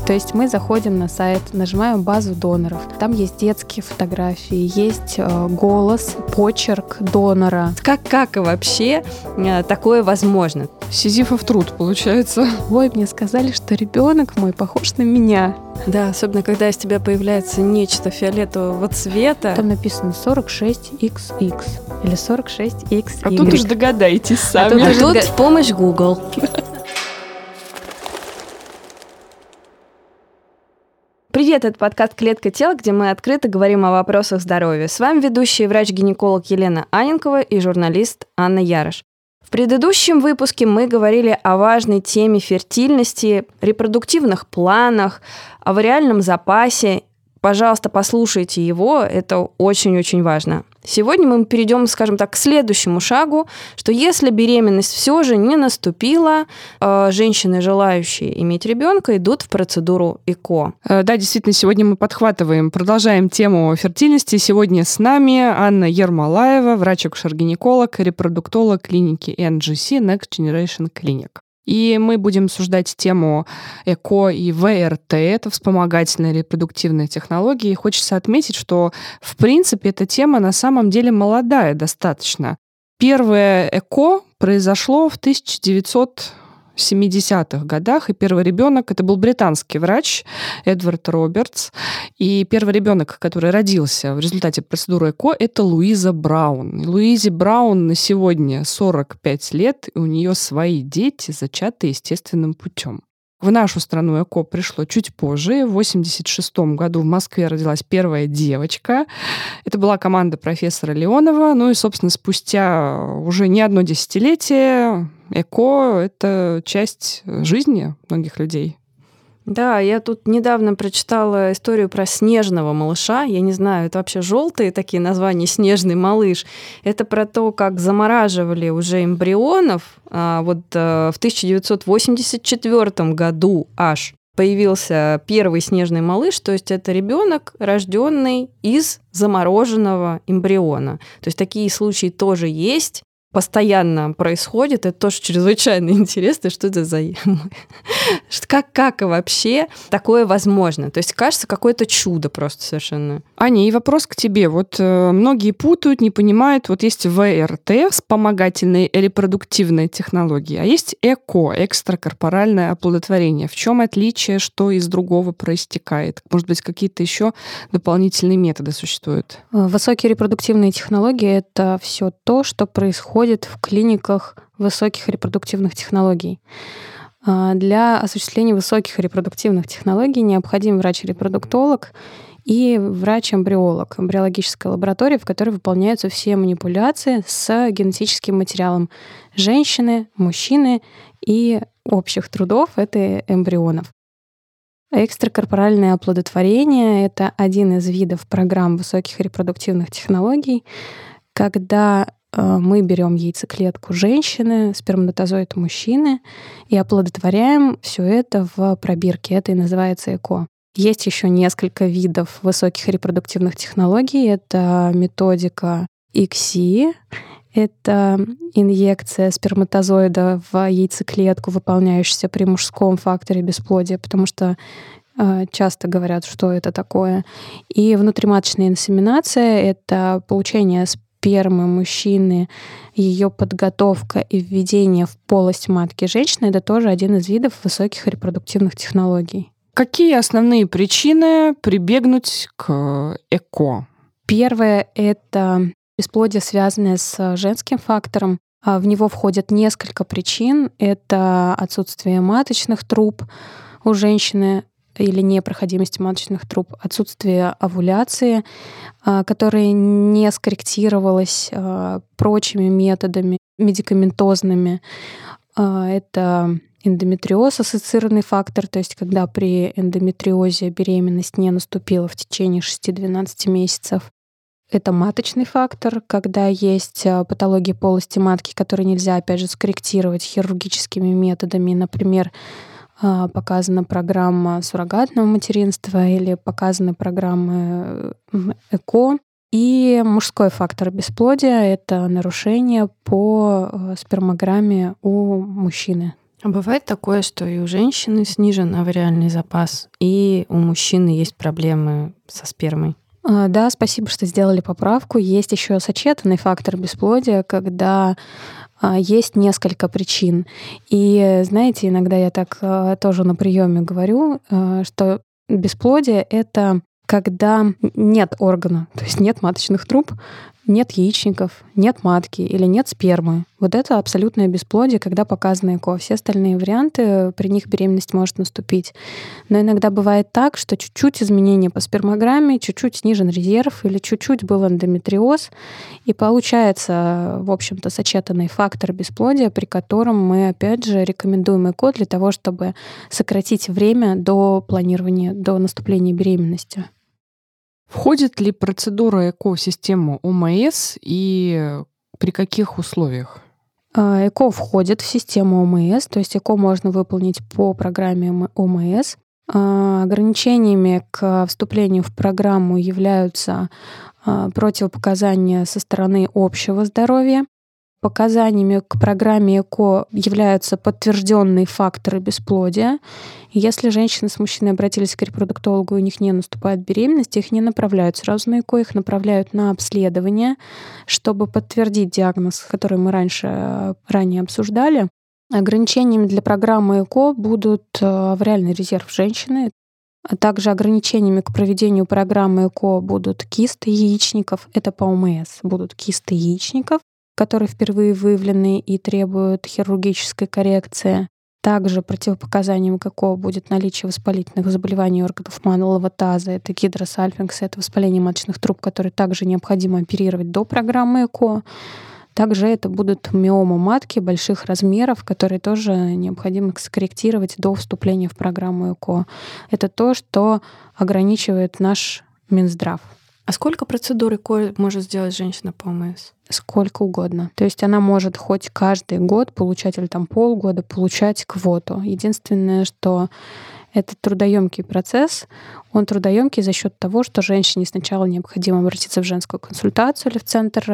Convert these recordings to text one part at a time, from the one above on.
То есть мы заходим на сайт, нажимаем базу доноров. Там есть детские фотографии, есть голос, почерк донора. Как вообще такое возможно? Сизифов труд, получается. Ой, мне сказали, что ребенок мой похож на меня. Да, особенно когда из тебя появляется нечто фиолетового цвета. Там написано 46XX или 46XY. А тут уж догадайтесь сами. А тут в помощь Google. Привет, это подкаст «Клетка тела», где мы открыто говорим о вопросах здоровья. С вами ведущая врач-гинеколог Елена Анненкова и журналист Анна Ярош. В предыдущем выпуске мы говорили о важной теме фертильности, репродуктивных планах, о вариальном запасе. Пожалуйста, послушайте его, это очень-очень важно. Сегодня мы перейдем, скажем так, к следующему шагу, что если беременность все же не наступила, женщины, желающие иметь ребенка, идут в процедуру ЭКО. Да, действительно, сегодня мы продолжаем тему фертильности. Сегодня с нами Анна Ермолаева, врач-акушер-гинеколог, репродуктолог клиники NGC Next Generation Clinic. И мы будем обсуждать тему ЭКО и ВРТ, это вспомогательные репродуктивные технологии. И хочется отметить, что, в принципе, эта тема на самом деле молодая достаточно. Первое ЭКО произошло в 1970-х годах, и первый ребенок это был британский врач Эдвард Робертс. И первый ребенок, который родился в результате процедуры ЭКО, это Луиза Браун. Луизе Браун на сегодня 45 лет, и у нее свои дети, зачатые естественным путем. В нашу страну ЭКО пришло чуть позже. В 1986 году в Москве родилась первая девочка. Это была команда профессора Леонова. Ну и, собственно, спустя уже не одно десятилетие ЭКО — это часть жизни многих людей. Да, я тут недавно прочитала историю про снежного малыша. Я не знаю, это вообще желтые такие названия, снежный малыш. Это про то, как замораживали уже эмбрионов. В 1984 году аж появился первый снежный малыш, то есть это ребенок, рожденный из замороженного эмбриона. То есть такие случаи тоже есть. Постоянно происходит, это тоже чрезвычайно интересно, что это за... Как вообще такое возможно? То есть кажется, какое-то чудо просто совершенно. Аня, и вопрос к тебе. Вот многие путают, не понимают, вот есть ВРТ, вспомогательные репродуктивные технологии, а есть ЭКО, экстракорпоральное оплодотворение. В чем отличие, что из другого проистекает? Может быть, какие-то еще дополнительные методы существуют? Высокие репродуктивные технологии — это все то, что происходит в клиниках высоких репродуктивных технологий. Для осуществления высоких репродуктивных технологий необходим врач-репродуктолог и врач-эмбриолог, эмбриологическая лаборатория, в которой выполняются все манипуляции с генетическим материалом женщины, мужчины и общих трудов — это эмбрионов. Экстракорпоральное оплодотворение — это один из видов программ высоких репродуктивных технологий, когда мы берем яйцеклетку женщины, сперматозоид мужчины и оплодотворяем все это в пробирке. Это и называется ЭКО. Есть еще несколько видов высоких репродуктивных технологий. Это методика ICSI, это инъекция сперматозоида в яйцеклетку, выполняющаяся при мужском факторе бесплодия, потому что часто говорят, что это такое. И внутриматочная инсеминация — это получение спермы мужчины, ее подготовка и введение в полость матки женщины — это тоже один из видов высоких репродуктивных технологий. Какие основные причины прибегнуть к ЭКО? Первое — это бесплодие, связанное с женским фактором. В него входят несколько причин. Это отсутствие маточных труб у женщины или непроходимость маточных труб, отсутствие овуляции, которая не скорректировалась прочими методами медикаментозными. Это эндометриоз, ассоциированный фактор, то есть когда при эндометриозе беременность не наступила в течение 6-12 месяцев. Это маточный фактор, когда есть патологии полости матки, которые нельзя, опять же, скорректировать хирургическими методами, например, показана программа суррогатного материнства или показаны программы ЭКО. И мужской фактор бесплодия — это нарушение по спермограмме у мужчины. А бывает такое, что и у женщины снижен авариальный запас, и у мужчины есть проблемы со спермой? Да, спасибо, что сделали поправку. Есть еще сочетанный фактор бесплодия, когда есть несколько причин. И знаете, иногда я так тоже на приеме говорю, что бесплодие — это когда нет органа, то есть нет маточных труб, нет яичников, нет матки или нет спермы. Вот это абсолютное бесплодие, когда показано ЭКО. Все остальные варианты, при них беременность может наступить. Но иногда бывает так, что чуть-чуть изменение по спермограмме, чуть-чуть снижен резерв или чуть-чуть был эндометриоз, и получается, в общем-то, сочетанный фактор бесплодия, при котором мы, опять же, рекомендуем ЭКО для того, чтобы сократить время до планирования, до наступления беременности. Входит ли процедура ЭКО в систему ОМС и при каких условиях? ЭКО входит в систему ОМС, то есть ЭКО можно выполнить по программе ОМС. Ограничениями к вступлению в программу являются противопоказания со стороны общего здоровья. Показаниями к программе ЭКО являются подтвержденные факторы бесплодия. Если женщины с мужчиной обратились к репродуктологу, и у них не наступает беременность, их не направляют сразу на ЭКО, их направляют на обследование, чтобы подтвердить диагноз, который мы ранее обсуждали. Ограничениями для программы ЭКО будут авариальный резерв женщины, а также ограничениями к проведению программы ЭКО будут кисты яичников. Это по ОМС будут кисты яичников, которые впервые выявлены и требуют хирургической коррекции. Также противопоказанием к ЭКО будет наличие воспалительных заболеваний органов малого таза. Это гидросальпингс, это воспаление маточных труб, которые также необходимо оперировать до программы ЭКО. Также это будут миома матки больших размеров, которые тоже необходимо скорректировать до вступления в программу ЭКО. Это то, что ограничивает наш Минздрав. А сколько процедур ЭКО может сделать женщина по ОМС? Сколько угодно. То есть она может хоть каждый год получать или там полгода получать квоту. Единственное, что это трудоемкий процесс. Он трудоемкий за счет того, что женщине сначала необходимо обратиться в женскую консультацию или в центр,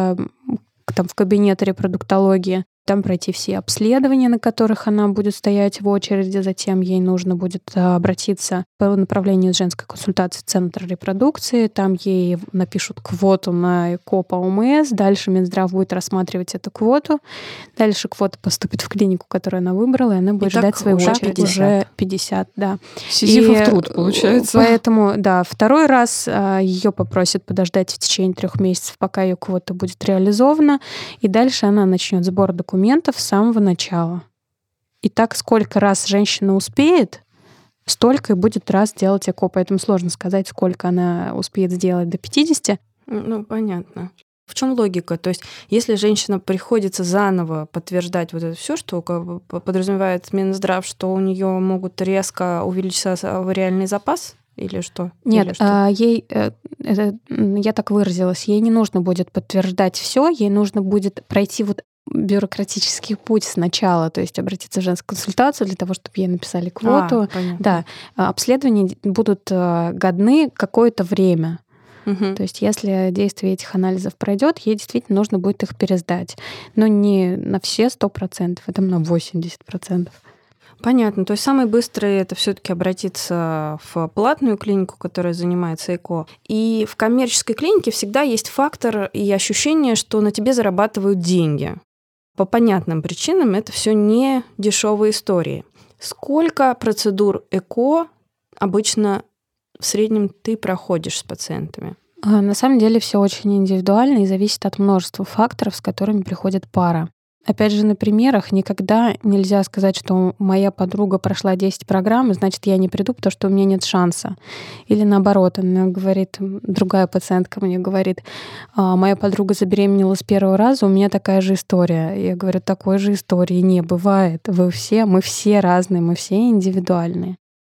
в кабинет репродуктологии, там пройти все обследования, на которых она будет стоять в очереди, затем ей нужно будет обратиться по направлению женской консультации в Центр репродукции, там ей напишут квоту на ЭКО по ОМС, дальше Минздрав будет рассматривать эту квоту, дальше квота поступит в клинику, которую она выбрала, и она будет ждать свою очередь. Уже 50, да. Сизифов труд, получается. Поэтому, да, второй раз ее попросят подождать в течение 3 месяцев, пока ее квота будет реализована, и дальше она начнет сбор документов с самого начала. И так, сколько раз женщина успеет, столько и будет раз делать ЭКО. Поэтому сложно сказать, сколько она успеет сделать до 50. Ну, понятно. В чем логика? То есть, если женщина приходится заново подтверждать вот это все, что подразумевает Минздрав, что у нее могут резко увеличиться авариальный запас, или что? Нет, или что? Я так выразилась, ей не нужно будет подтверждать все, ей нужно будет пройти бюрократический путь сначала, то есть обратиться в женскую консультацию для того, чтобы ей написали квоту. Да, обследования будут годны какое-то время. То есть если действие этих анализов пройдет, ей действительно нужно будет их пересдать. Но не на все 100%, а там на 80%. Понятно. То есть самый быстрый это все-таки обратиться в платную клинику, которая занимается ЭКО. И в коммерческой клинике всегда есть фактор и ощущение, что на тебе зарабатывают деньги. По понятным причинам это все не дешевые истории. Сколько процедур ЭКО обычно в среднем ты проходишь с пациентами? На самом деле все очень индивидуально и зависит от множества факторов, с которыми приходит пара. Опять же, на примерах никогда нельзя сказать, что моя подруга прошла 10 программ, и значит, я не приду, потому что у меня нет шанса. Или наоборот, она говорит, другая пациентка мне говорит, моя подруга забеременела с первого раза, у меня такая же история. Я говорю, такой же истории не бывает. Мы все разные, мы все индивидуальные.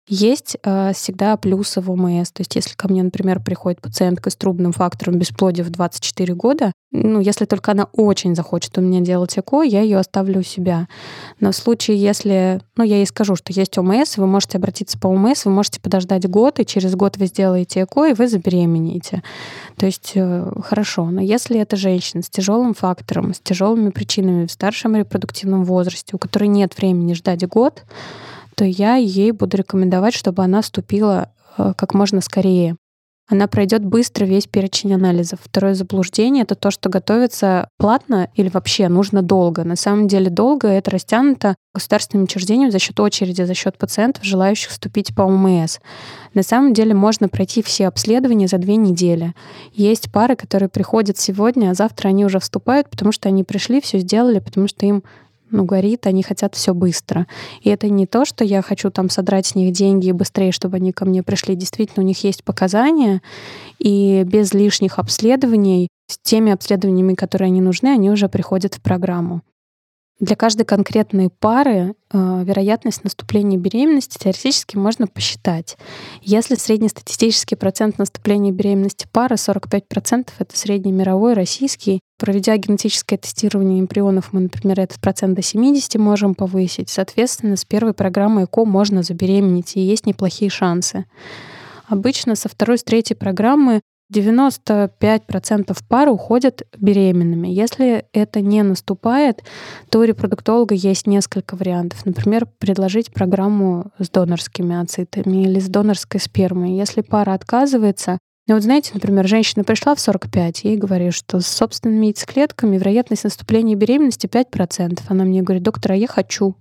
Есть всегда плюсы в ОМС. То есть если ко мне, например, приходит пациентка с трубным фактором бесплодия в 24 года, если только она очень захочет у меня делать ЭКО, я ее оставлю у себя. Но в случае, если, я ей скажу, что есть ОМС, вы можете обратиться по ОМС, вы можете подождать год, и через год вы сделаете ЭКО, и вы забеременеете. То есть хорошо. Но если это женщина с тяжелым фактором, с тяжелыми причинами в старшем репродуктивном возрасте, у которой нет времени ждать год, то я ей буду рекомендовать, чтобы она вступила как можно скорее. Она пройдет быстро весь перечень анализов. Второе заблуждение — это то, что готовится платно или вообще нужно долго. На самом деле долго — это растянуто государственным учреждением за счет очереди, за счет пациентов, желающих вступить по ОМС. На самом деле можно пройти все обследования за 2 недели. Есть пары, которые приходят сегодня, а завтра они уже вступают, потому что они пришли, все сделали, потому что им горит, они хотят все быстро. И это не то, что я хочу там содрать с них деньги и быстрее, чтобы они ко мне пришли. Действительно, у них есть показания, и без лишних обследований, с теми обследованиями, которые они нужны, они уже приходят в программу. Для каждой конкретной пары вероятность наступления беременности теоретически можно посчитать. Если среднестатистический процент наступления беременности пары 45%, это среднемировой, российский. Проведя генетическое тестирование эмбрионов, мы, например, этот процент до 70 можем повысить. Соответственно, с первой программы ЭКО можно забеременеть, и есть неплохие шансы. Обычно со второй, с третьей программы 95% пар уходят беременными. Если это не наступает, то у репродуктолога есть несколько вариантов. Например, предложить программу с донорскими ооцитами или с донорской спермой. Если пара отказывается, знаете, например, женщина пришла в 45, ей говорю, что с собственными яйцеклетками вероятность наступления беременности 5%. Она мне говорит: доктор, а я хочу.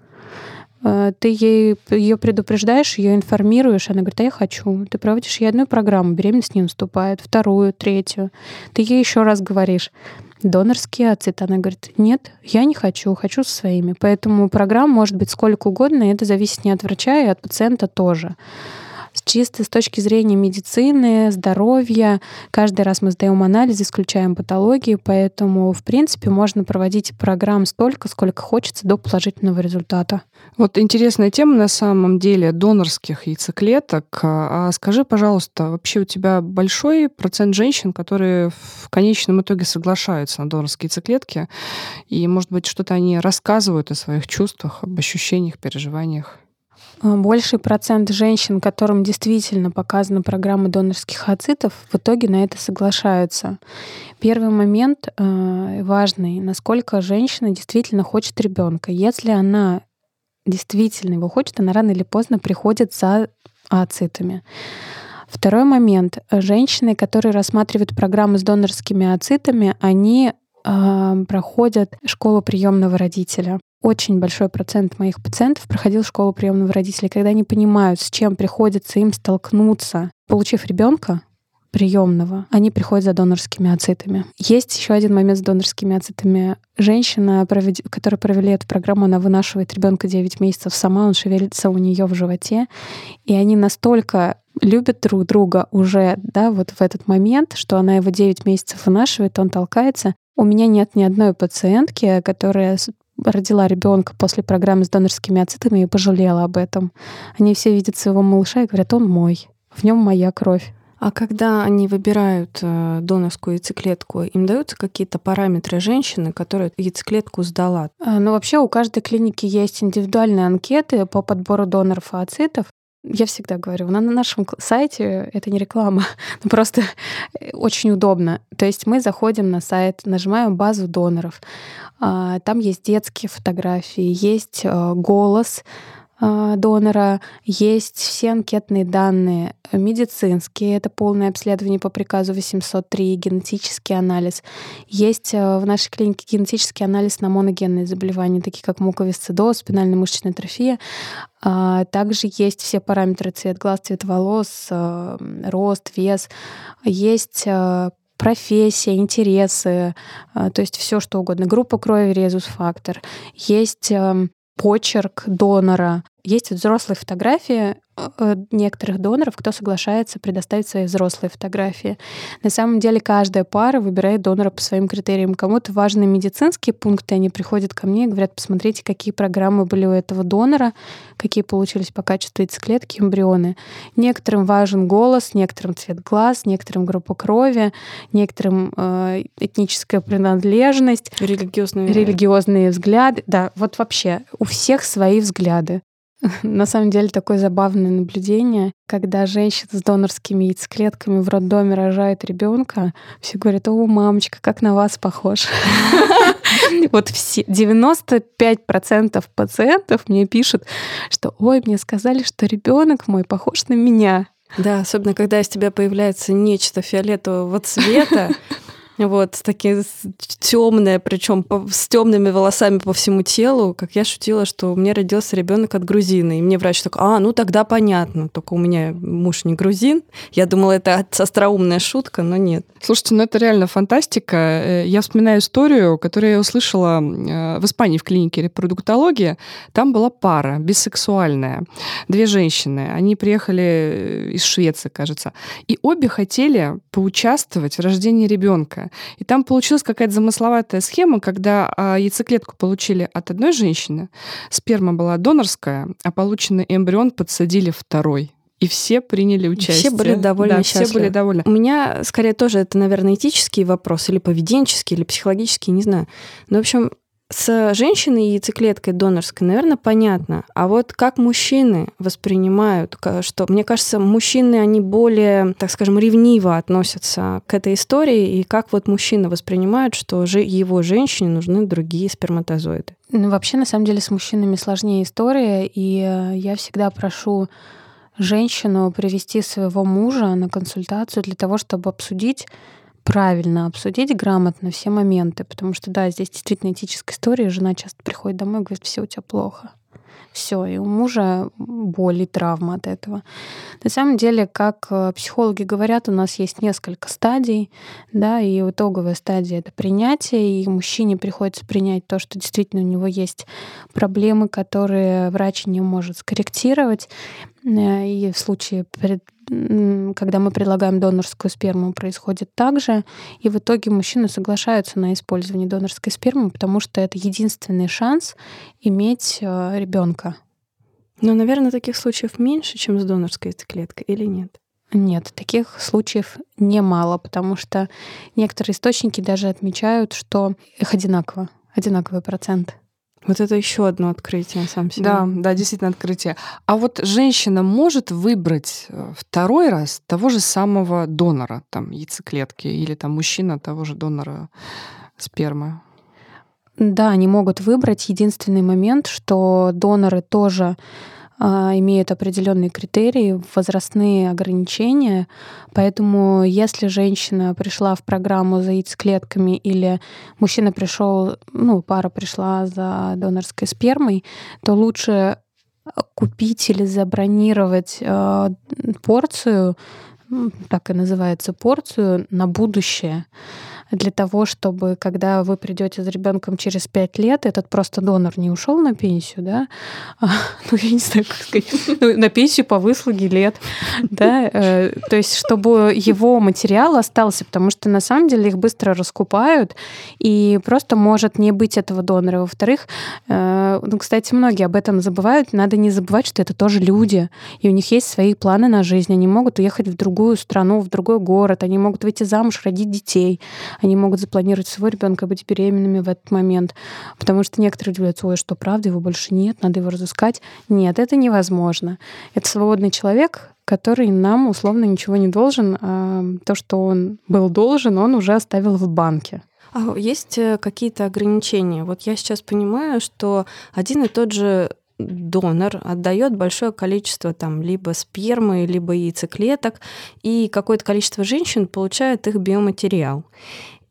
Ты ее предупреждаешь, ее информируешь, она говорит: а я хочу. Ты проводишь ей одну программу, беременность не наступает, вторую, третью. Ты ей еще раз говоришь: донорский ооцит. Она говорит: нет, я не хочу, хочу со своими. Поэтому программа может быть сколько угодно, и это зависит не от врача, и от пациента тоже. Чисто с точки зрения медицины, здоровья, каждый раз мы сдаем анализы, исключаем патологии, поэтому, в принципе, можно проводить программ столько, сколько хочется до положительного результата. Вот интересная тема на самом деле донорских яйцеклеток. А скажи, пожалуйста, вообще у тебя большой процент женщин, которые в конечном итоге соглашаются на донорские яйцеклетки, и, может быть, что-то они рассказывают о своих чувствах, об ощущениях, переживаниях? Больший процент женщин, которым действительно показана программа донорских ооцитов, в итоге на это соглашаются. Первый момент важный: насколько женщина действительно хочет ребенка. Если она действительно его хочет, она рано или поздно приходит за ооцитами. Второй момент: женщины, которые рассматривают программы с донорскими ооцитами, они проходят школу приемного родителя. Очень большой процент моих пациентов проходил школу приемного родителя. Когда они понимают, с чем приходится им столкнуться, получив ребенка приемного, они приходят за донорскими ооцитами. Есть еще один момент с донорскими ооцитами. Женщина, которая провели эту программу, она вынашивает ребенка 9 месяцев сама, он шевелится у нее в животе, и они настолько любят друг друга уже, вот в этот момент, что она его 9 месяцев вынашивает, он толкается. У меня нет ни одной пациентки, которая родила ребенка после программы с донорскими ооцитами и пожалела об этом. Они все видят своего малыша и говорят: он мой, в нем моя кровь. А когда они выбирают донорскую яйцеклетку, им даются какие-то параметры женщины, которая яйцеклетку сдала? Вообще у каждой клиники есть индивидуальные анкеты по подбору доноров ооцитов. Я всегда говорю, на нашем сайте, это не реклама, просто очень удобно. То есть мы заходим на сайт, нажимаем базу доноров. Там есть детские фотографии, есть голос донора, есть все анкетные данные, медицинские, это полное обследование по приказу 803, генетический анализ. Есть в нашей клинике генетический анализ на моногенные заболевания, такие как муковисцидоз, спинальная мышечная атрофия. Также есть все параметры: цвет глаз, цвет волос, рост, вес. Есть профессия, интересы, то есть все что угодно. Группа крови, резус-фактор. Есть почерк донора. Есть взрослые фотографии некоторых доноров, кто соглашается предоставить свои взрослые фотографии. На самом деле каждая пара выбирает донора по своим критериям. Кому-то важны медицинские пункты, они приходят ко мне и говорят: посмотрите, какие программы были у этого донора, какие получились по качеству яйцеклетки, эмбрионы. Некоторым важен голос, некоторым цвет глаз, некоторым группа крови, некоторым этническая принадлежность, религиозные взгляды. Да, вот вообще у всех свои взгляды. На самом деле такое забавное наблюдение, когда женщина с донорскими яйцеклетками в роддоме рожает ребенка, все говорят: о, мамочка, как на вас похож. Вот все 95% пациентов мне пишут, что: ой, мне сказали, что ребенок мой похож на меня. Да, особенно когда из тебя появляется нечто фиолетового цвета, вот, такие темные, причем с темными волосами по всему телу, как я шутила, что у меня родился ребенок от грузина. И мне врач такой: ну тогда понятно, только у меня муж не грузин. Я думала, это остроумная шутка, но нет. Слушайте, это реально фантастика. Я вспоминаю историю, которую я услышала в Испании в клинике репродуктологии. Там была пара бисексуальная, 2 женщины. Они приехали из Швеции, кажется, и обе хотели поучаствовать в рождении ребенка. И там получилась какая-то замысловатая схема, когда яйцеклетку получили от одной женщины, сперма была донорская, а полученный эмбрион подсадили второй. И все приняли участие. Все были довольны, счастливы. Все были довольны. У меня, скорее, тоже это, наверное, этический вопрос, или поведенческий, или психологический, не знаю. Но, в общем, с женщиной и яйцеклеткой донорской, наверное, понятно. А вот как мужчины воспринимают, что, мне кажется, мужчины, они более, так скажем, ревниво относятся к этой истории, и как вот мужчины воспринимают, что его женщине нужны другие сперматозоиды? Вообще, на самом деле, с мужчинами сложнее история, и я всегда прошу женщину привести своего мужа на консультацию для того, чтобы правильно обсудить грамотно все моменты. Потому что, да, здесь действительно этическая история. Жена часто приходит домой и говорит: все у тебя плохо. Все, и у мужа боль и травма от этого. На самом деле, как психологи говорят, у нас есть несколько стадий, да, и итоговая стадия — это принятие, и мужчине приходится принять то, что действительно у него есть проблемы, которые врач не может скорректировать. И в случае, когда мы предлагаем донорскую сперму, происходит так же. И в итоге мужчины соглашаются на использование донорской спермы, потому что это единственный шанс иметь ребенка. Но, наверное, таких случаев меньше, чем с донорской яйцеклеткой, или нет? Нет, таких случаев немало, потому что некоторые источники даже отмечают, что их одинаковый процент. Вот это еще одно открытие, на самом деле. Да, действительно открытие. А вот женщина может выбрать второй раз того же самого донора, там, яйцеклетки, или там мужчина того же донора спермы? Да, они могут выбрать. Единственный момент, что доноры тоже имеют определенные критерии, возрастные ограничения. Поэтому если женщина пришла в программу за яйцеклетками или мужчина пришел, пара пришла за донорской спермой, то лучше купить или забронировать порцию, так и называется, порцию на будущее, для того, чтобы, когда вы придете за ребенком через 5 лет, этот просто донор не ушел на пенсию, да, я не знаю, как сказать, на пенсию по выслуге лет, да, то есть чтобы его материал остался, потому что на самом деле их быстро раскупают, и просто может не быть этого донора. Во-вторых, кстати, многие об этом забывают, надо не забывать, что это тоже люди, и у них есть свои планы на жизнь, они могут уехать в другую страну, в другой город, они могут выйти замуж, родить детей, они могут запланировать своего ребенка, быть беременными в этот момент. Потому что некоторые удивляются: ой, что, правда, его больше нет, надо его разыскать. Нет, это невозможно. Это свободный человек, который нам условно ничего не должен. А то, что он был должен, он уже оставил в банке. А есть какие-то ограничения? Вот я сейчас понимаю, что один и тот же донор отдает большое количество либо спермы, либо яйцеклеток, и какое-то количество женщин получает их биоматериал.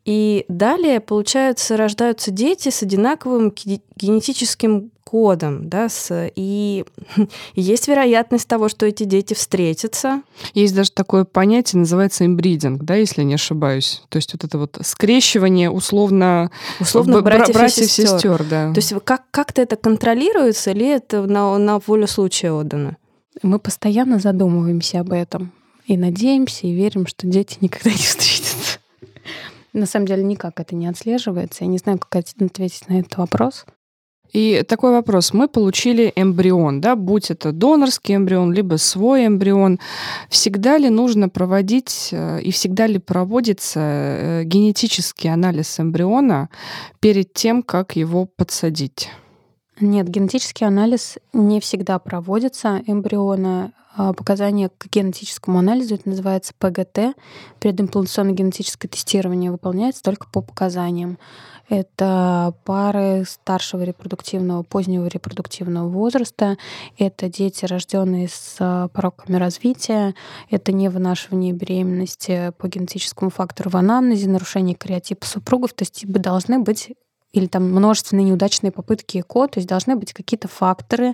И далее, получается, рождаются дети с одинаковым генетическим кодом, да, и есть вероятность того, что эти дети встретятся. Есть даже такое понятие, называется имбридинг, да, если не ошибаюсь. То есть вот это вот скрещивание условно братьев и сестер. Да. То есть как-то это контролируется или это на волю случая отдано? Мы постоянно задумываемся об этом и надеемся, и верим, что дети никогда не встретятся. На самом деле никак это не отслеживается. Я не знаю, как ответить на этот вопрос. И такой вопрос. Мы получили эмбрион, да, будь это донорский эмбрион, либо свой эмбрион. Всегда ли нужно проводить и всегда ли проводится генетический анализ эмбриона перед тем, как его подсадить? Нет, генетический анализ не всегда проводится эмбриона. Показания к генетическому анализу, это называется ПГТ, предимплантационное генетическое тестирование, выполняется только по показаниям. Это пары старшего репродуктивного, позднего репродуктивного возраста, это дети, рожденные с пороками развития, это невынашивание беременности по генетическому фактору в анамнезе, нарушение кариотипа супругов, то есть должны быть или там множественные неудачные попытки ЭКО, то есть должны быть какие-то факторы,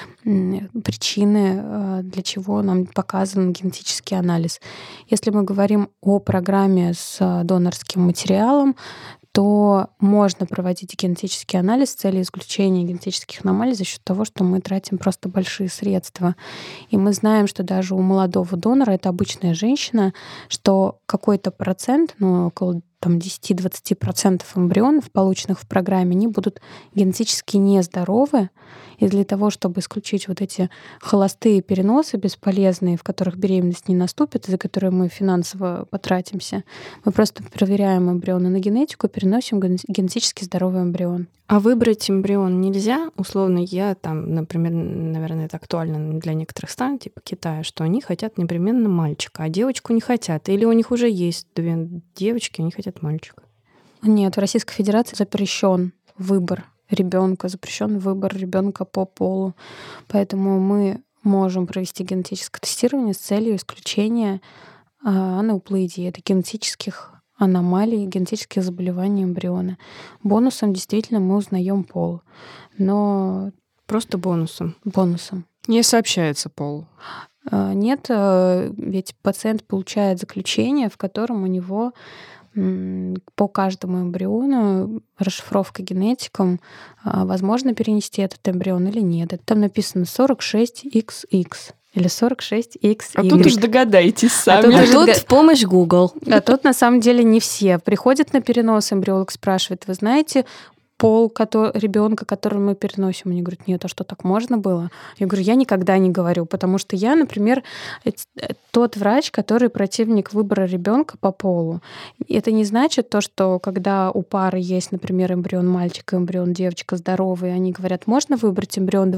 причины, для чего нам показан генетический анализ. Если мы говорим о программе с донорским материалом, то можно проводить генетический анализ с целью исключения генетических аномалий за счет того, что мы тратим просто большие средства. И мы знаем, что даже у молодого донора, это обычная женщина, что какой-то процент, около 10-20% эмбрионов, полученных в программе, они будут генетически нездоровы. И для того, чтобы исключить вот эти холостые переносы бесполезные, в которых беременность не наступит, и за которые мы финансово потратимся, мы просто проверяем эмбрионы на генетику, переносим генетически здоровый эмбрион. А выбрать эмбрион нельзя? Условно, например, наверное, это актуально для некоторых стран, типа Китая, что они хотят непременно мальчика, а девочку не хотят. Или у них уже есть 2 девочки, они хотят мальчика. Нет, в Российской Федерации запрещен выбор ребенка, запрещен выбор ребенка по полу. Поэтому мы можем провести генетическое тестирование с целью исключения анеуплоидии, это генетических аномалий, генетических заболеваний эмбриона. Бонусом действительно мы узнаем пол, но просто бонусом. Не сообщается пол. Нет, ведь пациент получает заключение, в котором у него по каждому эмбриону расшифровка генетиком, возможно перенести этот эмбрион или нет. Там написано 46XX или 46XY. А тут уж догадайтесь сами. А тут в помощь Google. А тут на самом деле не все. Приходят на перенос, эмбриолог спрашивает: вы знаете пол ребенка, который мы переносим? Они говорят: нет, а что, так можно было? Я говорю: я никогда не говорю, потому что я, например, тот врач, который противник выбора ребенка по полу. Это не значит то, что когда у пары есть, например, эмбрион мальчика, эмбрион девочка здоровые, они говорят: можно выбрать эмбрион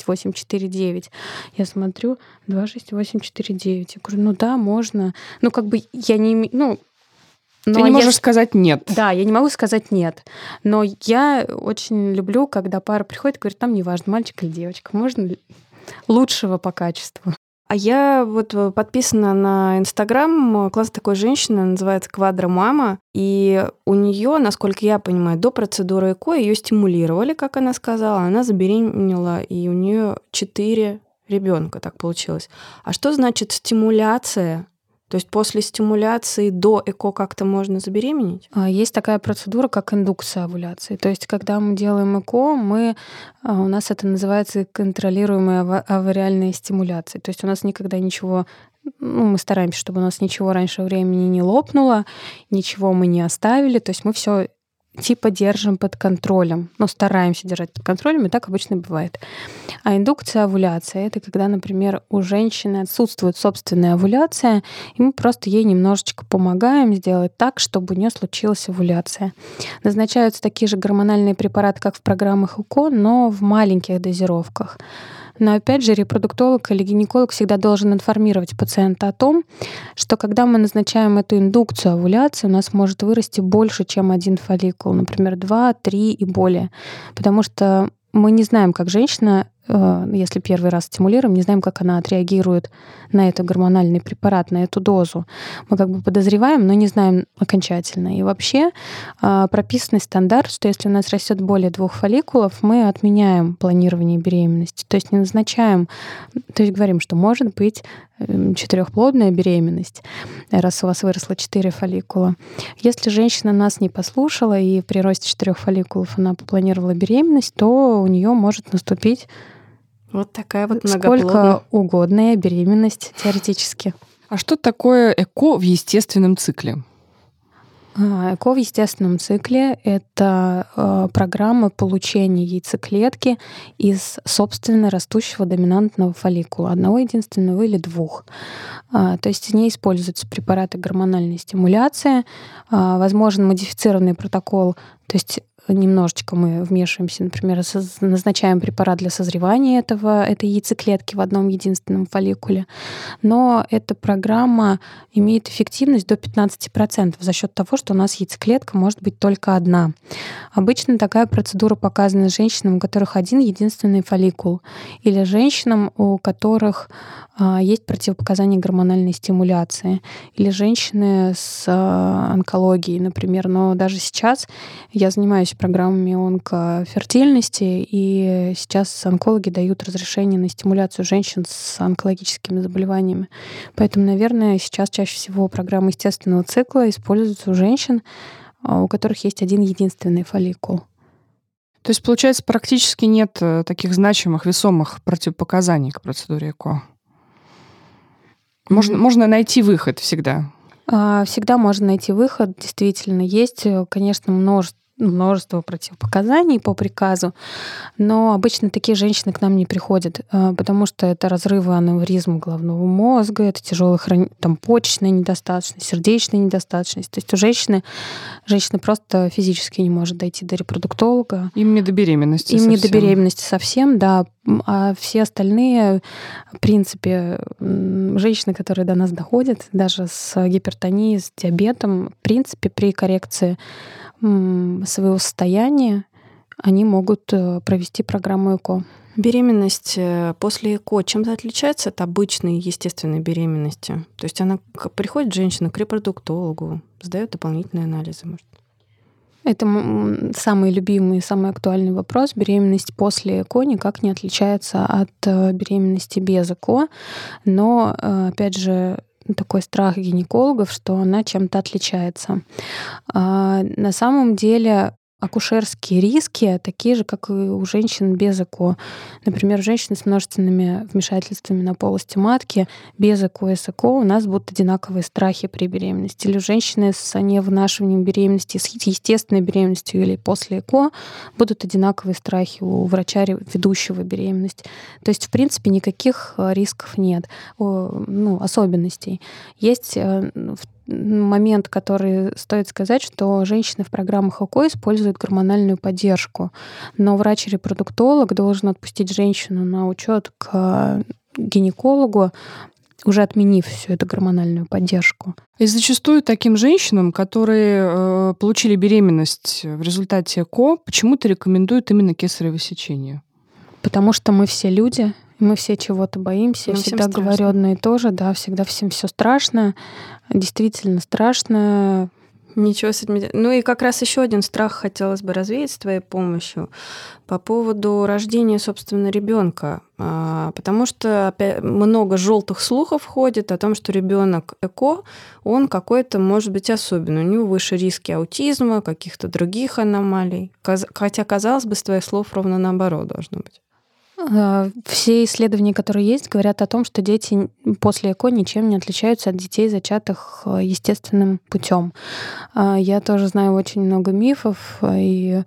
26849? Я смотрю: 26849. Я говорю: да, можно. Я не имею... Ты не можешь сказать нет. Да, я не могу сказать нет. Но я очень люблю, когда пара приходит и говорит: там неважно, мальчик или девочка, можно лучшего по качеству. А я подписана на Инстаграм класса такой женщины, называется Квадромама, и у нее, насколько я понимаю, до процедуры ЭКО ее стимулировали, как она сказала, она забеременела, и у нее 4 ребенка, так получилось. А что значит стимуляция? То есть после стимуляции до ЭКО как-то можно забеременеть? Есть такая процедура, как индукция овуляции. То есть когда мы делаем ЭКО, у нас это называется контролируемая авариальная стимуляция. То есть у нас никогда ничего... мы стараемся, чтобы у нас ничего раньше времени не лопнуло, ничего мы не оставили. То есть мы все держим под контролем. Стараемся держать под контролем, и так обычно бывает. А индукция овуляция — это когда, например, у женщины отсутствует собственная овуляция, и мы просто ей немножечко помогаем сделать так, чтобы у нее случилась овуляция. Назначаются такие же гормональные препараты, как в программах ЭКО, но в маленьких дозировках. Но опять же, репродуктолог или гинеколог всегда должен информировать пациента о том, что когда мы назначаем эту индукцию овуляции, у нас может вырасти больше, чем 1 фолликул, например, 2, 3 и более. Потому что мы не знаем, как женщина если первый раз стимулируем, не знаем, как она отреагирует на этот гормональный препарат, на эту дозу. Мы как бы подозреваем, но не знаем окончательно. И вообще прописанный стандарт, что если у нас растет более 2 фолликулов, мы отменяем планирование беременности. То есть не назначаем, то есть говорим, что может быть 4-плодная беременность, раз у вас выросло 4 фолликула. Если женщина нас не послушала и при росте 4 фолликулов она попланировала беременность, то у нее может наступить вот такая вот сколько угодная беременность теоретически. А что такое ЭКО в естественном цикле? ЭКО в естественном цикле — это программа получения яйцеклетки из собственно растущего доминантного фолликула, одного единственного или 2. То есть в ней используются препараты гормональной стимуляции, возможен модифицированный протокол, то есть немножечко мы вмешиваемся, например, назначаем препарат для созревания этой яйцеклетки в одном единственном фолликуле. Но эта программа имеет эффективность до 15% за счет того, что у нас яйцеклетка может быть только одна. Обычно такая процедура показана женщинам, у которых один единственный фолликул, или женщинам, у которых есть противопоказания гормональной стимуляции, или женщины с онкологией, например. Но даже сейчас я занимаюсь программами онкофертильности, и сейчас онкологи дают разрешение на стимуляцию женщин с онкологическими заболеваниями. Поэтому, наверное, сейчас чаще всего программы естественного цикла используются у женщин, у которых есть один единственный фолликул. То есть, получается, практически нет таких значимых, весомых противопоказаний к процедуре ЭКО? Можно найти выход всегда? Всегда можно найти выход. Действительно, есть, конечно, множество противопоказаний по приказу, но обычно такие женщины к нам не приходят, потому что это разрывы аневризм головного мозга, это тяжелая почечная недостаточность, сердечная недостаточность. То есть у женщины просто физически не может дойти до репродуктолога. Им не до беременности совсем. Им не до беременности совсем, да. А все остальные, в принципе, женщины, которые до нас доходят, даже с гипертонией, с диабетом, в принципе, при коррекции своего состояния они могут провести программу ЭКО. Беременность после ЭКО чем-то отличается от обычной естественной беременности? То есть она приходит женщина к репродуктологу, сдает дополнительные анализы, может? Это самый любимый, самый актуальный вопрос. Беременность после ЭКО никак не отличается от беременности без ЭКО, но, опять же, такой страх гинекологов, что она чем-то отличается. На самом деле акушерские риски такие же, как и у женщин без ЭКО. Например, у женщин с множественными вмешательствами на полости матки без ЭКО и с ЭКО у нас будут одинаковые страхи при беременности. Или у женщины с невынашиванием беременности, с естественной беременностью или после ЭКО будут одинаковые страхи у врача, ведущего беременность. То есть, в принципе, никаких рисков нет, особенностей. Есть момент, который стоит сказать, что женщины в программах ЭКО используют гормональную поддержку, но врач-репродуктолог должен отпустить женщину на учет к гинекологу, уже отменив всю эту гормональную поддержку. И зачастую таким женщинам, которые получили беременность в результате ЭКО, почему-то рекомендуют именно кесарево сечение. Потому что мы все люди, мы все чего-то боимся. Я всегда говорю одно и то же, да, всегда всем все страшно, действительно страшно. Ничего с этим. Ну и как раз еще один страх хотелось бы развеять с твоей помощью по поводу рождения, собственно, ребенка, потому что опять много желтых слухов ходит о том, что ребенок ЭКО, он какой-то может быть особенный, у него выше риски аутизма, каких-то других аномалий, хотя, казалось бы, с твоих слов ровно наоборот должно быть. Все исследования, которые есть, говорят о том, что дети после ЭКО ничем не отличаются от детей, зачатых естественным путем. Я тоже знаю очень много мифов, и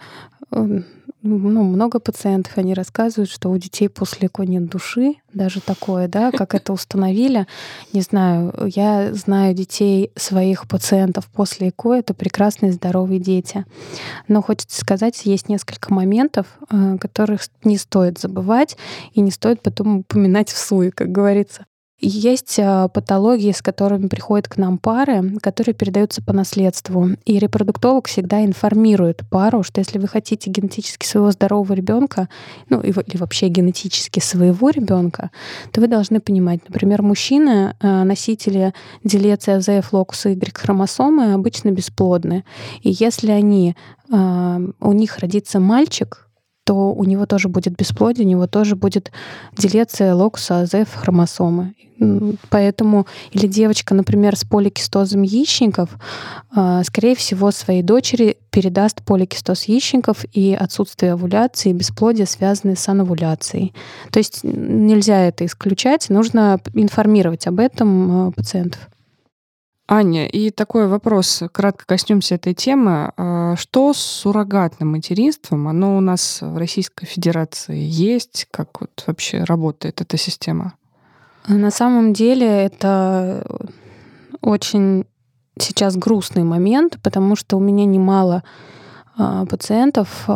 много пациентов, они рассказывают, что у детей после ЭКО нет души, даже такое, да, как это установили. Не знаю, я знаю детей своих пациентов после ЭКО, это прекрасные здоровые дети. Но хочется сказать, есть несколько моментов, которых не стоит забывать и не стоит потом упоминать всуе, как говорится. Есть патологии, с которыми приходят к нам пары, которые передаются по наследству. И репродуктолог всегда информирует пару, что если вы хотите генетически своего здорового ребенка, или вообще генетически своего ребенка, то вы должны понимать, например, мужчины, носители делеции АЗФ локуса Y хромосомы, обычно бесплодны. И если у них родится мальчик, то у него тоже будет бесплодие, у него тоже будет делеция локуса АЗФ хромосомы. Поэтому, или девочка, например, с поликистозом яичников, скорее всего, своей дочери передаст поликистоз яичников и отсутствие овуляции, и бесплодие, связанные с анавуляцией. То есть нельзя это исключать, нужно информировать об этом пациентов. Аня, и такой вопрос, кратко коснемся этой темы. Что с суррогатным материнством? Оно у нас в Российской Федерации есть? Как вот вообще работает эта система? На самом деле это очень сейчас грустный момент, потому что у меня немало пациентов,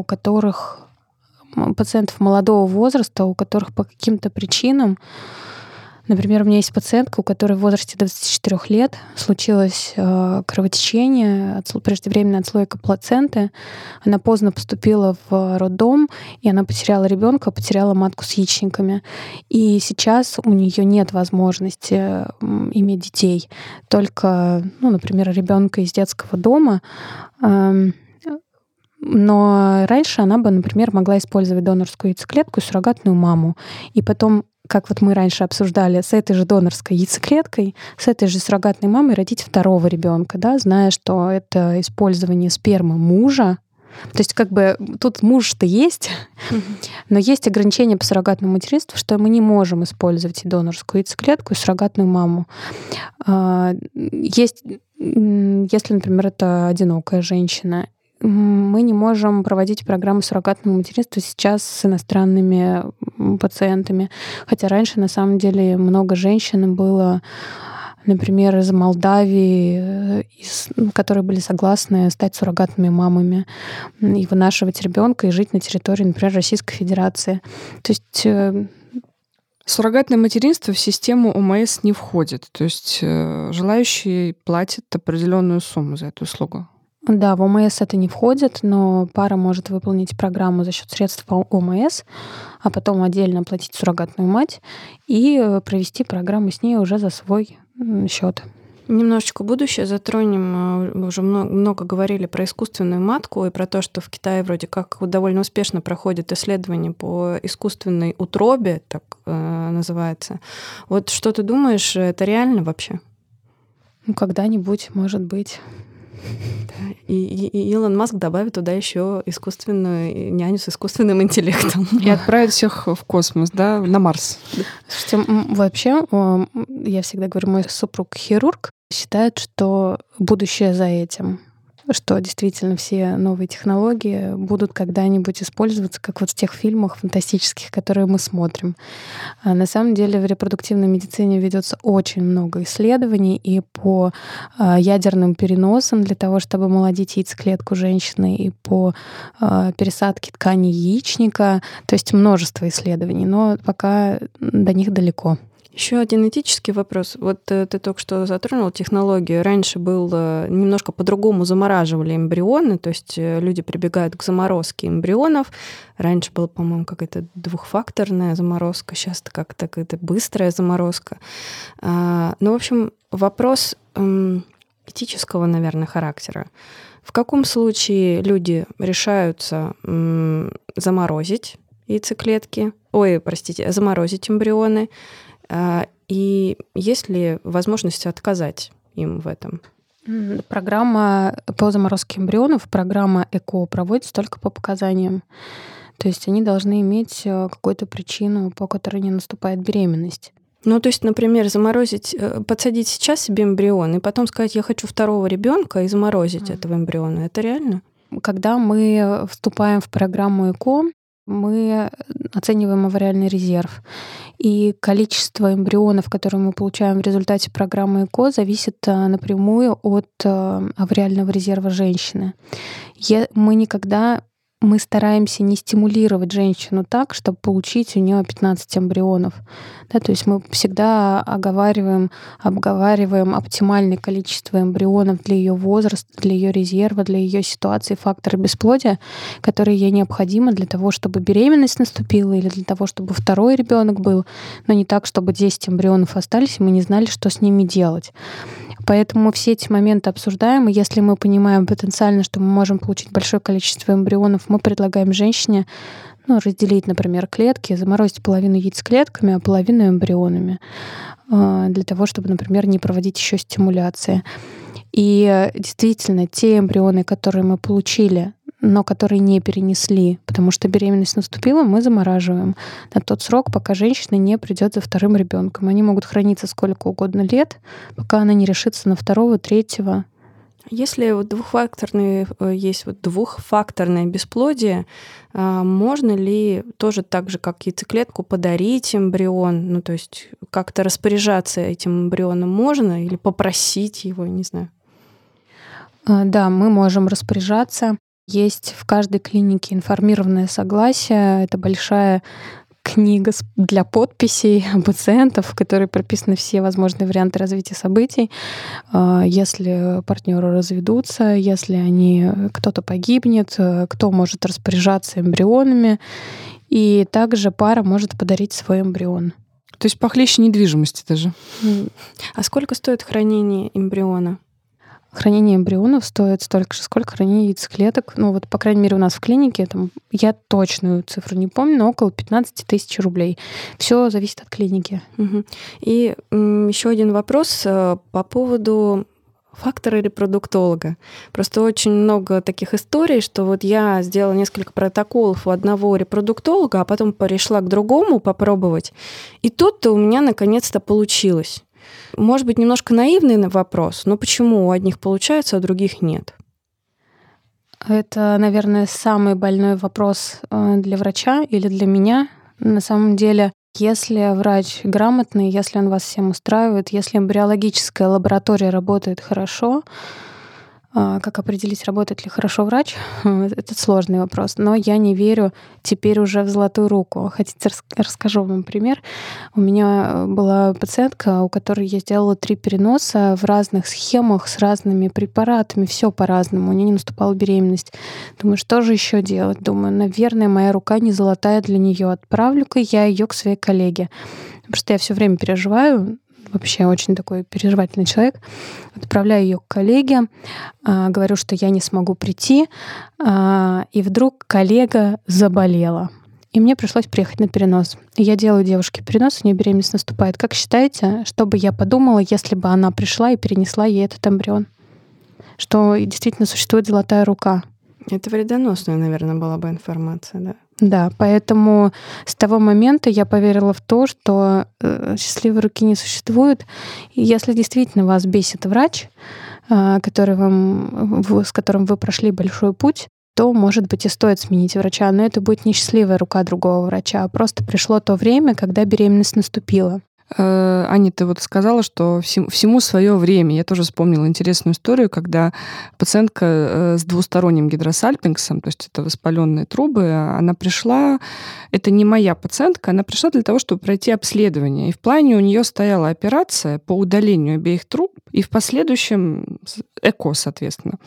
пациентов молодого возраста, у которых по каким-то причинам, например, у меня есть пациентка, у которой в возрасте 24 лет случилось кровотечение, преждевременная отслойка плаценты. Она поздно поступила в роддом, и она потеряла ребенка, потеряла матку с яичниками. И сейчас у нее нет возможности иметь детей. Только, например, ребенка из детского дома. Но раньше она бы, например, могла использовать донорскую яйцеклетку и суррогатную маму. И потом, как вот мы раньше обсуждали, с этой же донорской яйцеклеткой, с этой же суррогатной мамой родить второго ребенка, да, зная, что это использование спермы мужа. То есть как бы тут муж-то есть, но есть ограничения по суррогатному материнству, что мы не можем использовать и донорскую яйцеклетку, и суррогатную маму. Есть, если, например, это одинокая женщина, мы не можем проводить программы суррогатного материнства сейчас с иностранными пациентами. Хотя раньше, на самом деле, много женщин было, например, из Молдавии, которые были согласны стать суррогатными мамами и вынашивать ребенка и жить на территории, например, Российской Федерации. То есть суррогатное материнство в систему ОМС не входит. То есть желающий платит определенную сумму за эту услугу. Да, в ОМС это не входит, но пара может выполнить программу за счет средств ОМС, а потом отдельно оплатить суррогатную мать и провести программу с ней уже за свой счет. Немножечко будущее затронем. Мы уже много говорили про искусственную матку и про то, что в Китае вроде как довольно успешно проходит исследование по искусственной утробе, так называется. Вот что ты думаешь, это реально вообще? Когда-нибудь, может быть. И Илон Маск добавит туда еще искусственную няню с искусственным интеллектом. И отправит всех в космос, да, на Марс. Слушайте, вообще, я всегда говорю, мой супруг хирург, считает, что будущее за этим. Что действительно все новые технологии будут когда-нибудь использоваться, как вот в тех фильмах фантастических, которые мы смотрим. А на самом деле в репродуктивной медицине ведется очень много исследований и по ядерным переносам для того, чтобы омолодить яйцеклетку женщины, и по пересадке ткани яичника. То есть множество исследований, но пока до них далеко. Еще один этический вопрос. Вот ты только что затронул технологию. Раньше было немножко по-другому, замораживали эмбрионы, то есть люди прибегают к заморозке эмбрионов. Раньше была, по-моему, какая-то двухфакторная заморозка, сейчас как-то какая-то быстрая заморозка. В общем, вопрос этического, наверное, характера. В каком случае люди решаются заморозить яйцеклетки, заморозить эмбрионы, и есть ли возможность отказать им в этом? Программа по заморозке эмбрионов, программа ЭКО, проводится только по показаниям. То есть они должны иметь какую-то причину, по которой не наступает беременность. То есть, например, подсадить сейчас себе эмбрион и потом сказать, я хочу второго ребенка и заморозить этого эмбриона. Это реально? Когда мы вступаем в программу ЭКО, мы оцениваем авариальный резерв. И количество эмбрионов, которые мы получаем в результате программы ЭКО, зависит напрямую от авариального резерва женщины. Мы мы стараемся не стимулировать женщину так, чтобы получить у нее 15 эмбрионов. Да, то есть мы всегда обговариваем оптимальное количество эмбрионов для ее возраста, для ее резерва, для ее ситуации, факторы бесплодия, которые ей необходимы для того, чтобы беременность наступила или для того, чтобы второй ребенок был, но не так, чтобы 10 эмбрионов остались, и мы не знали, что с ними делать. Поэтому все эти моменты обсуждаем, и если мы понимаем потенциально, что мы можем получить большое количество эмбрионов, мы предлагаем женщине разделить, например, клетки, заморозить половину яйцеклетками, а половину эмбрионами, для того, чтобы, например, не проводить еще стимуляции. И действительно, те эмбрионы, которые мы получили, но которые не перенесли, потому что беременность наступила, мы замораживаем на тот срок, пока женщина не придет за вторым ребенком. Они могут храниться сколько угодно лет, пока она не решится на второго, третьего. Если есть двухфакторное бесплодие, можно ли тоже так же, как яйцеклетку, подарить эмбрион? То есть как-то распоряжаться этим эмбрионом можно или попросить его, не знаю? Да, мы можем распоряжаться. Есть в каждой клинике информированное согласие. Это большая книга для подписей пациентов, в которой прописаны все возможные варианты развития событий. Если партнеры разведутся, если кто-то погибнет, кто может распоряжаться эмбрионами. И также пара может подарить свой эмбрион. То есть похлеще недвижимости даже. А сколько стоит хранение эмбриона? Хранение эмбрионов стоит столько же, сколько хранение яйцеклеток. По крайней мере, у нас в клинике, я точную цифру не помню, но около 15 тысяч рублей. Все зависит от клиники. Угу. И еще один вопрос по поводу фактора репродуктолога. Просто очень много таких историй, что я сделала несколько протоколов у одного репродуктолога, а потом перешла к другому попробовать. И тут-то у меня наконец-то получилось. Может быть, немножко наивный вопрос, но почему у одних получается, а у других нет? Это, наверное, самый больной вопрос для врача или для меня. На самом деле, если врач грамотный, если он вас всем устраивает, если эмбриологическая лаборатория работает хорошо, как определить, работает ли хорошо врач? Это сложный вопрос. Но я не верю теперь уже в золотую руку. Хотите, расскажу вам пример? У меня была пациентка, у которой я сделала 3 переноса в разных схемах с разными препаратами. Все по-разному. У нее не наступала беременность. Думаю, что же еще делать? Думаю, наверное, моя рука не золотая для нее. Отправлю-ка я ее к своей коллеге. Потому что я все время переживаю. Вообще очень такой переживательный человек. Отправляю ее к коллеге, говорю, что я не смогу прийти, и вдруг коллега заболела. И мне пришлось приехать на перенос. И я делаю девушке перенос, у нее беременность наступает. Как считаете, что бы я подумала, если бы она пришла и перенесла ей этот эмбрион? Что действительно существует золотая рука. Это вредоносная, наверное, была бы информация, да? Да, поэтому с того момента я поверила в то, что счастливой руки не существует. И если действительно вас бесит врач, с которым вы прошли большой путь, то, может быть, и стоит сменить врача. Но это будет не счастливая рука другого врача, а просто пришло то время, когда беременность наступила. Аня, ты сказала, что всему свое время. Я тоже вспомнила интересную историю, когда пациентка с двусторонним гидросальпингсом, то есть это воспаленные трубы, она пришла, это не моя пациентка, она пришла для того, чтобы пройти обследование. И в плане у нее стояла операция по удалению обеих труб и в последующем ЭКО, соответственно.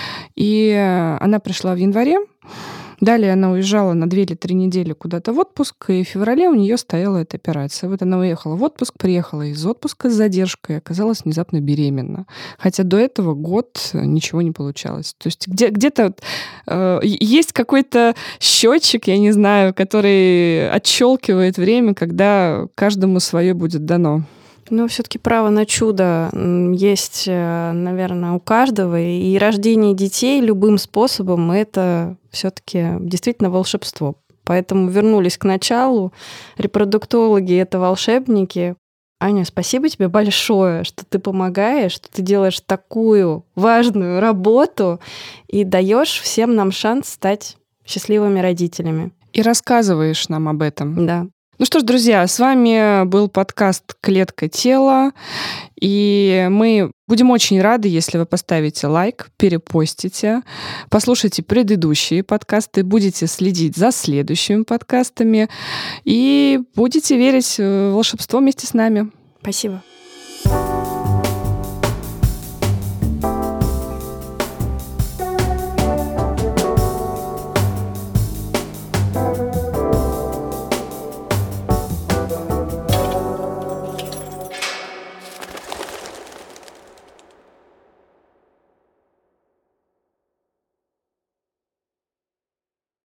И она пришла в январе. Далее она уезжала на 2 или 3 недели куда-то в отпуск, и в феврале у нее стояла эта операция. Она уехала в отпуск, приехала из отпуска с задержкой, оказалась внезапно беременна. Хотя до этого год ничего не получалось. То есть где-то есть какой-то счетчик, я не знаю, который отщелкивает время, когда каждому свое будет дано. Но все-таки право на чудо есть, наверное, у каждого. И рождение детей любым способом — это все-таки действительно волшебство. Поэтому вернулись к началу. Репродуктологи — это волшебники. Аня, спасибо тебе большое, что ты помогаешь, что ты делаешь такую важную работу и даешь всем нам шанс стать счастливыми родителями. И рассказываешь нам об этом. Да. Ну что ж, друзья, с вами был подкаст «Клетка тела», и мы будем очень рады, если вы поставите лайк, перепостите, послушайте предыдущие подкасты, будете следить за следующими подкастами и будете верить в волшебство вместе с нами. Спасибо.